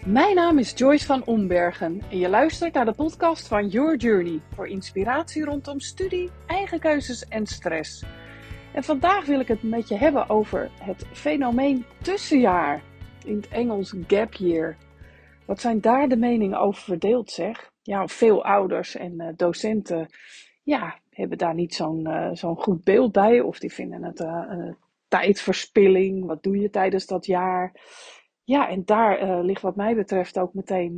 Mijn naam is Joyce van Ombergen en je luistert naar de podcast van Your Journey voor inspiratie rondom studie, eigen keuzes en stress. En vandaag wil ik het met je hebben over het fenomeen tussenjaar, in het Engels gap year. Wat zijn daar de meningen over verdeeld, zeg? Ja, veel ouders en docenten hebben daar niet zo'n goed beeld bij, of die vinden het tijdverspilling. Wat doe je tijdens dat jaar? Ja, en daar ligt wat mij betreft ook meteen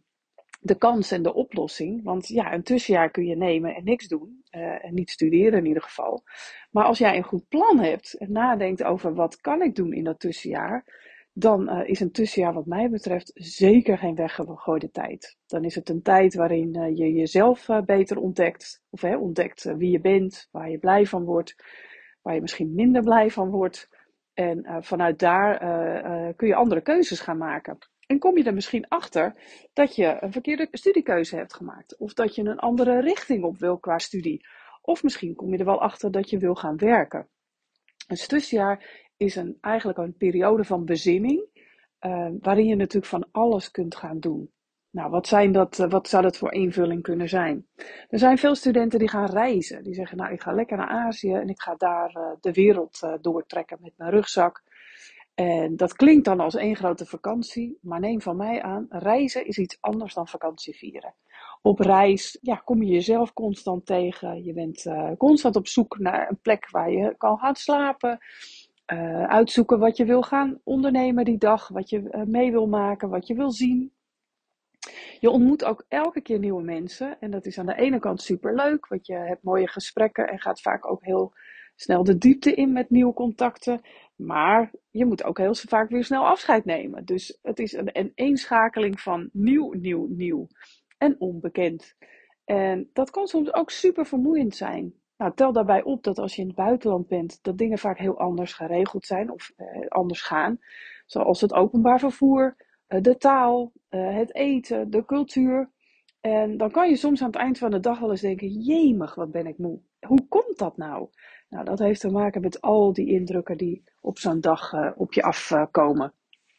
de kans en de oplossing. Want ja, een tussenjaar kun je nemen en niks doen. En niet studeren in ieder geval. Maar als jij een goed plan hebt en nadenkt over wat kan ik doen in dat tussenjaar. Dan is een tussenjaar wat mij betreft zeker geen weggegooide tijd. Dan is het een tijd waarin je jezelf beter ontdekt. Of ontdekt wie je bent, waar je blij van wordt. Waar je misschien minder blij van wordt. En vanuit daar kun je andere keuzes gaan maken. En kom je er misschien achter dat je een verkeerde studiekeuze hebt gemaakt. Of dat je een andere richting op wil qua studie. Of misschien kom je er wel achter dat je wil gaan werken. Een tussenjaar is eigenlijk een periode van bezinning. Waarin je natuurlijk van alles kunt gaan doen. Nou, wat zou dat voor invulling kunnen zijn? Er zijn veel studenten die gaan reizen. Die zeggen, nou, ik ga lekker naar Azië en ik ga daar de wereld doortrekken met mijn rugzak. En dat klinkt dan als één grote vakantie, maar neem van mij aan, reizen is iets anders dan vakantie vieren. Op reis kom je jezelf constant tegen. Je bent constant op zoek naar een plek waar je kan gaan slapen. Uitzoeken wat je wil gaan ondernemen die dag, wat je mee wil maken, wat je wil zien. Je ontmoet ook elke keer nieuwe mensen en dat is aan de ene kant superleuk, want je hebt mooie gesprekken en gaat vaak ook heel snel de diepte in met nieuwe contacten. Maar je moet ook heel vaak weer snel afscheid nemen. Dus het is een eenschakeling van nieuw, nieuw, nieuw en onbekend. En dat kan soms ook super vermoeiend zijn. Nou, tel daarbij op dat als je in het buitenland bent, dat dingen vaak heel anders geregeld zijn of anders gaan. Zoals het openbaar vervoer, de taal, het eten, de cultuur. En dan kan je soms aan het eind van de dag wel eens denken, jemig, wat ben ik moe. Hoe komt dat nou? Nou, dat heeft te maken met al die indrukken die op zo'n dag op je afkomen.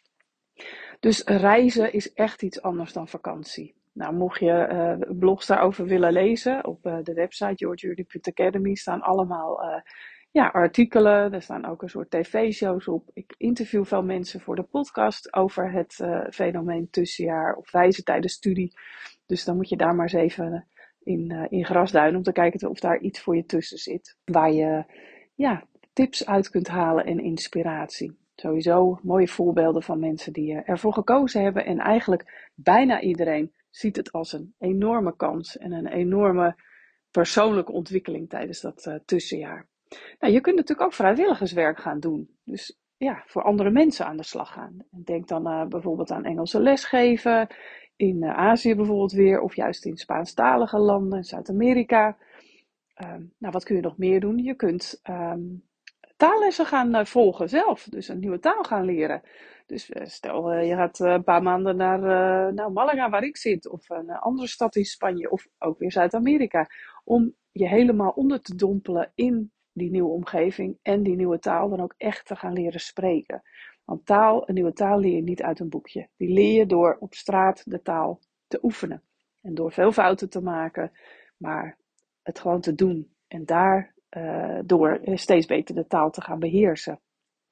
Dus reizen is echt iets anders dan vakantie. Nou, mocht je blogs daarover willen lezen, op de website yourjourney.academy staan allemaal artikelen. Er staan ook een soort tv-shows op. Ik interview veel mensen voor de podcast over het fenomeen tussenjaar of reizen tijdens studie. Dus dan moet je daar maar eens even in grasduinen om te kijken of daar iets voor je tussen zit. Waar je tips uit kunt halen en inspiratie. Sowieso mooie voorbeelden van mensen die ervoor gekozen hebben. En eigenlijk bijna iedereen ziet het als een enorme kans en een enorme persoonlijke ontwikkeling tijdens dat tussenjaar. Nou, je kunt natuurlijk ook vrijwilligerswerk gaan doen. Dus ja, voor andere mensen aan de slag gaan. Denk dan bijvoorbeeld aan Engelse lesgeven. In Azië bijvoorbeeld weer. Of juist in Spaanstalige landen. Zuid-Amerika. Nou, wat kun je nog meer doen? Je kunt taallessen gaan volgen zelf. Dus een nieuwe taal gaan leren. Dus stel je gaat een paar maanden naar Malaga waar ik zit. Of een andere stad in Spanje. Of ook weer Zuid-Amerika. Om je helemaal onder te dompelen in die nieuwe omgeving. En die nieuwe taal dan ook echt te gaan leren spreken. Want een nieuwe taal leer je niet uit een boekje. Die leer je door op straat de taal te oefenen. En door veel fouten te maken. Maar het gewoon te doen. En door steeds beter de taal te gaan beheersen.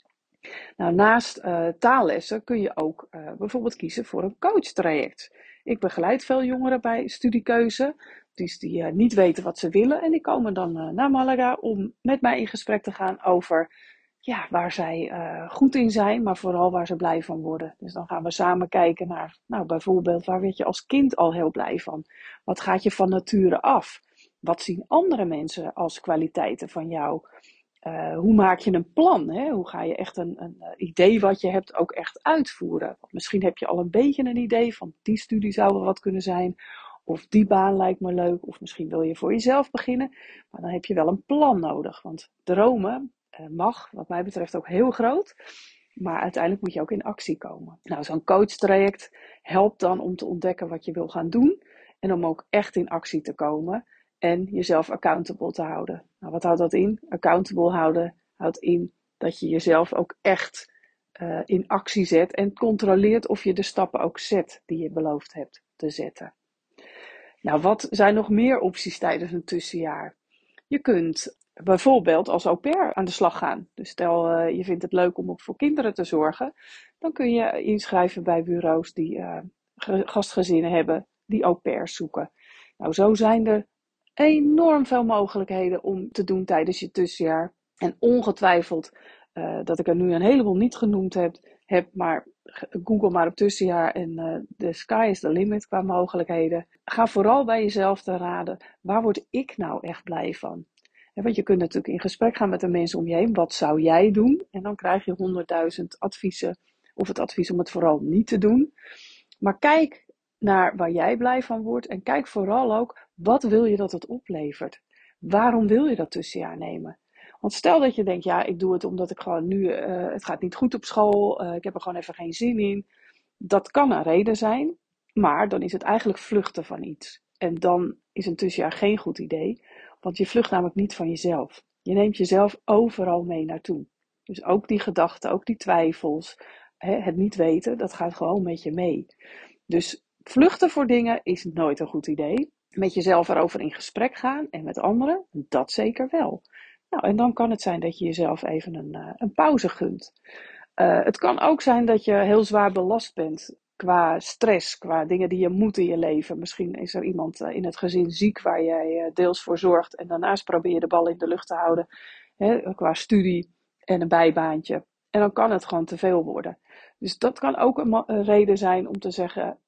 Nou, naast taallessen kun je ook bijvoorbeeld kiezen voor een coachtraject. Ik begeleid veel jongeren bij studiekeuze. Dus die niet weten wat ze willen. En die komen dan naar Malaga om met mij in gesprek te gaan over waar zij goed in zijn. Maar vooral waar ze blij van worden. Dus dan gaan we samen kijken naar, nou bijvoorbeeld, waar werd je als kind al heel blij van? Wat gaat je van nature af? Wat zien andere mensen als kwaliteiten van jou? Hoe maak je een plan? Hè? Hoe ga je echt een idee wat je hebt ook echt uitvoeren? Want misschien heb je al een beetje een idee van die studie zou wel wat kunnen zijn. Of die baan lijkt me leuk. Of misschien wil je voor jezelf beginnen. Maar dan heb je wel een plan nodig. Want dromen mag wat mij betreft ook heel groot. Maar uiteindelijk moet je ook in actie komen. Nou, zo'n coachtraject helpt dan om te ontdekken wat je wil gaan doen. En om ook echt in actie te komen. En jezelf accountable te houden. Nou, wat houdt dat in? Accountable houden houdt in dat je jezelf ook echt in actie zet en controleert of je de stappen ook zet die je beloofd hebt te zetten. Nou, wat zijn nog meer opties tijdens een tussenjaar? Je kunt bijvoorbeeld als au pair aan de slag gaan. Dus stel je vindt het leuk om voor kinderen te zorgen, dan kun je inschrijven bij bureaus die gastgezinnen hebben die au pairs zoeken. Nou, zo zijn er enorm veel mogelijkheden om te doen tijdens je tussenjaar. En ongetwijfeld dat ik er nu een heleboel niet genoemd heb, maar Google maar op tussenjaar en the sky is the limit qua mogelijkheden. Ga vooral bij jezelf te raden, waar word ik nou echt blij van? Want je kunt natuurlijk in gesprek gaan met de mensen om je heen. Wat zou jij doen? En dan krijg je 100.000 adviezen of het advies om het vooral niet te doen. Maar kijk naar waar jij blij van wordt en kijk vooral ook, wat wil je dat het oplevert? Waarom wil je dat tussenjaar nemen? Want stel dat je denkt, ja, ik doe het omdat ik gewoon nu, het gaat niet goed op school, ik heb er gewoon even geen zin in. Dat kan een reden zijn, maar dan is het eigenlijk vluchten van iets. En dan is een tussenjaar geen goed idee, want je vlucht namelijk niet van jezelf. Je neemt jezelf overal mee naartoe. Dus ook die gedachten, ook die twijfels, het niet weten, dat gaat gewoon met je mee. Dus vluchten voor dingen is nooit een goed idee. Met jezelf erover in gesprek gaan en met anderen, dat zeker wel. Nou, en dan kan het zijn dat je jezelf even een pauze gunt. Het kan ook zijn dat je heel zwaar belast bent qua stress, qua dingen die je moet in je leven. Misschien is er iemand in het gezin ziek waar jij deels voor zorgt en daarnaast probeer je de bal in de lucht te houden, qua studie en een bijbaantje. En dan kan het gewoon te veel worden. Dus dat kan ook een reden zijn om te zeggen,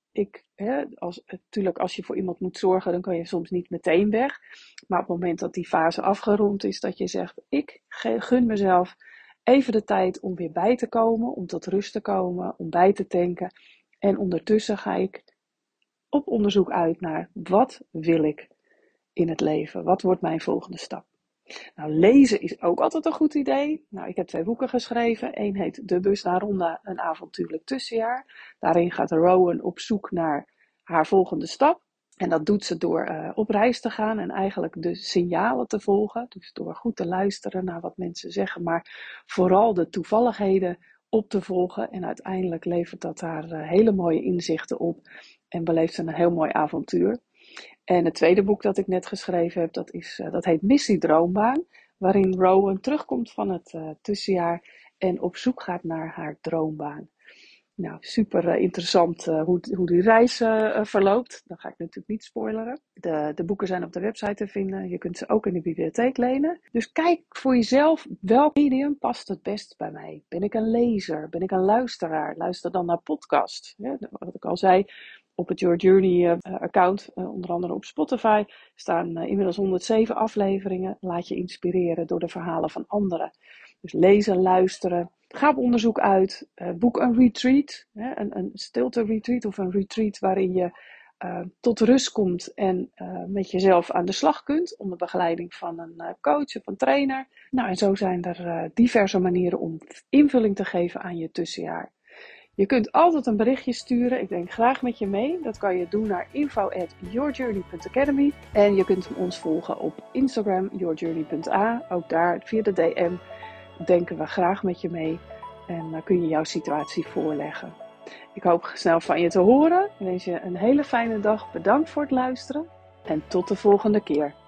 natuurlijk als je voor iemand moet zorgen, dan kan je soms niet meteen weg. Maar op het moment dat die fase afgerond is, dat je zegt, ik gun mezelf even de tijd om weer bij te komen, om tot rust te komen, om bij te tanken. En ondertussen ga ik op onderzoek uit naar, wat wil ik in het leven? Wat wordt mijn volgende stap? Nou, lezen is ook altijd een goed idee. Nou, ik heb 2 boeken geschreven. Eén heet De bus naar Ronda, een avontuurlijk tussenjaar. Daarin gaat Rowan op zoek naar haar volgende stap. En dat doet ze door op reis te gaan en eigenlijk de signalen te volgen. Dus door goed te luisteren naar wat mensen zeggen, maar vooral de toevalligheden op te volgen. En uiteindelijk levert dat haar hele mooie inzichten op en beleeft ze een heel mooi avontuur. En het tweede boek dat ik net geschreven heb, dat heet Missie Droombaan. Waarin Rowan terugkomt van het tussenjaar en op zoek gaat naar haar droombaan. Nou, super interessant hoe die reis verloopt. Dat ga ik natuurlijk niet spoileren. De boeken zijn op de website te vinden. Je kunt ze ook in de bibliotheek lenen. Dus kijk voor jezelf, welk medium past het best bij mij? Ben ik een lezer? Ben ik een luisteraar? Luister dan naar podcasts. Ja, wat ik al zei, op het Your Journey account, onder andere op Spotify, staan inmiddels 107 afleveringen. Laat je inspireren door de verhalen van anderen. Dus lezen, luisteren. Ga op onderzoek uit. Boek een retreat. Een stilte retreat of een retreat waarin je tot rust komt en met jezelf aan de slag kunt. Onder begeleiding van een coach of een trainer. Nou, en zo zijn er diverse manieren om invulling te geven aan je tussenjaar. Je kunt altijd een berichtje sturen. Ik denk graag met je mee. Dat kan je doen naar info@yourjourney.academy. En je kunt ons volgen op Instagram, yourjourney.a. Ook daar via de DM denken we graag met je mee. En dan kun je jouw situatie voorleggen. Ik hoop snel van je te horen. Ik wens je een hele fijne dag. Bedankt voor het luisteren. En tot de volgende keer.